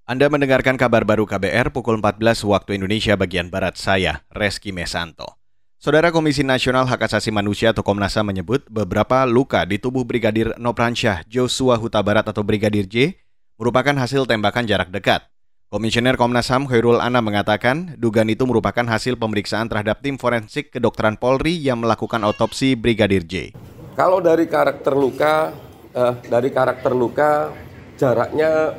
Anda mendengarkan kabar baru KBR pukul 14 waktu Indonesia bagian Barat, saya, Reski Mesanto. Saudara Komisi Nasional Hak Asasi Manusia atau Komnas HAM menyebut beberapa luka di tubuh Brigadir Nopransyah Joshua Huta Barat atau Brigadir J merupakan hasil tembakan jarak dekat. Komisioner Komnas HAM Khairul Anam mengatakan dugaan itu merupakan hasil pemeriksaan terhadap tim forensik kedokteran Polri yang melakukan otopsi Brigadir J. Kalau dari karakter luka jaraknya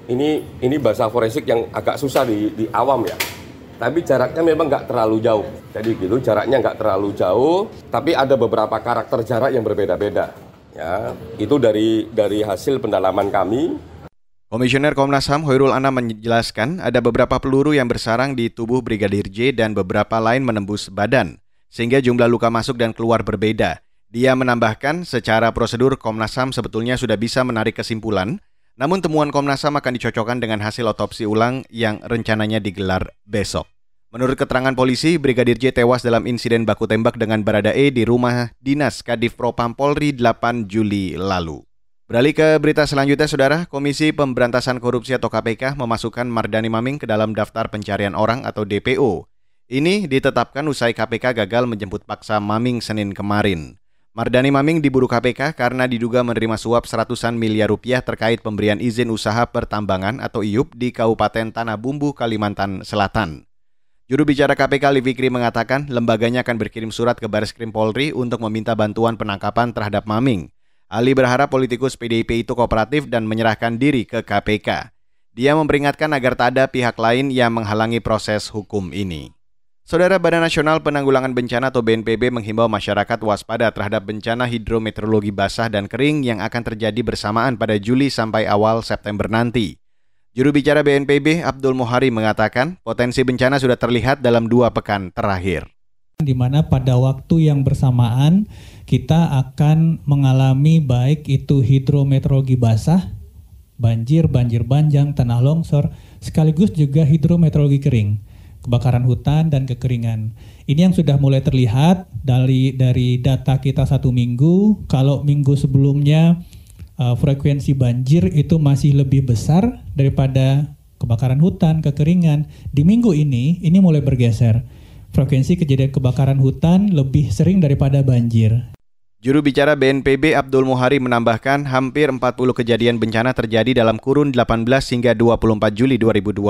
ini bahasa forensik yang agak susah di awam ya. Tapi jaraknya memang nggak terlalu jauh. Jadi gitu, jaraknya nggak terlalu jauh, tapi ada beberapa karakter jarak yang berbeda-beda. Ya, itu dari hasil pendalaman kami. Komisioner Komnas HAM Khairul Anam menjelaskan ada beberapa peluru yang bersarang di tubuh Brigadir J dan beberapa lain menembus badan, sehingga jumlah luka masuk dan keluar berbeda. Dia menambahkan secara prosedur Komnas HAM sebetulnya sudah bisa menarik kesimpulan, namun temuan Komnas HAM akan dicocokkan dengan hasil otopsi ulang yang rencananya digelar besok. Menurut keterangan polisi, Brigadir J tewas dalam insiden baku tembak dengan Baradae di rumah dinas Kadif Propam Polri 8 Juli lalu. Beralih ke berita selanjutnya, Saudara, Komisi Pemberantasan Korupsi atau KPK memasukkan Mardani Maming ke dalam daftar pencarian orang atau DPO. Ini ditetapkan usai KPK gagal menjemput paksa Maming Senin kemarin. Mardani Maming diburu KPK karena diduga menerima suap ratusan miliar rupiah terkait pemberian izin usaha pertambangan atau IUP di Kabupaten Tanah Bumbu, Kalimantan Selatan. Juru bicara KPK Ali Fikri mengatakan lembaganya akan berkirim surat ke Bareskrim Polri untuk meminta bantuan penangkapan terhadap Maming. Ali berharap politikus PDIP itu kooperatif dan menyerahkan diri ke KPK. Dia memperingatkan agar tak ada pihak lain yang menghalangi proses hukum ini. Saudara, Badan Nasional Penanggulangan Bencana atau BNPB menghimbau masyarakat waspada terhadap bencana hidrometeorologi basah dan kering yang akan terjadi bersamaan pada Juli sampai awal September nanti. Juru bicara BNPB Abdul Muhari mengatakan potensi bencana sudah terlihat dalam 2 pekan terakhir. Di mana pada waktu yang bersamaan kita akan mengalami baik itu hidrometeorologi basah, banjir bandang, tanah longsor, sekaligus juga hidrometeorologi kering, kebakaran hutan dan kekeringan. Ini yang sudah mulai terlihat dari data kita 1 minggu. Kalau minggu sebelumnya frekuensi banjir itu masih lebih besar daripada kebakaran hutan, kekeringan. Di minggu ini mulai bergeser. Frekuensi kejadian kebakaran hutan lebih sering daripada banjir. Juru bicara BNPB Abdul Muhari menambahkan hampir 40 kejadian bencana terjadi dalam kurun 18 hingga 24 Juli 2022.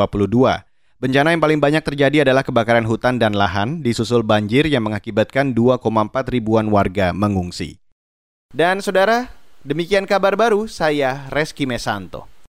Bencana yang paling banyak terjadi adalah kebakaran hutan dan lahan, disusul banjir yang mengakibatkan 2,4 ribuan warga mengungsi. Dan saudara, demikian kabar baru, saya Reski Mesanto.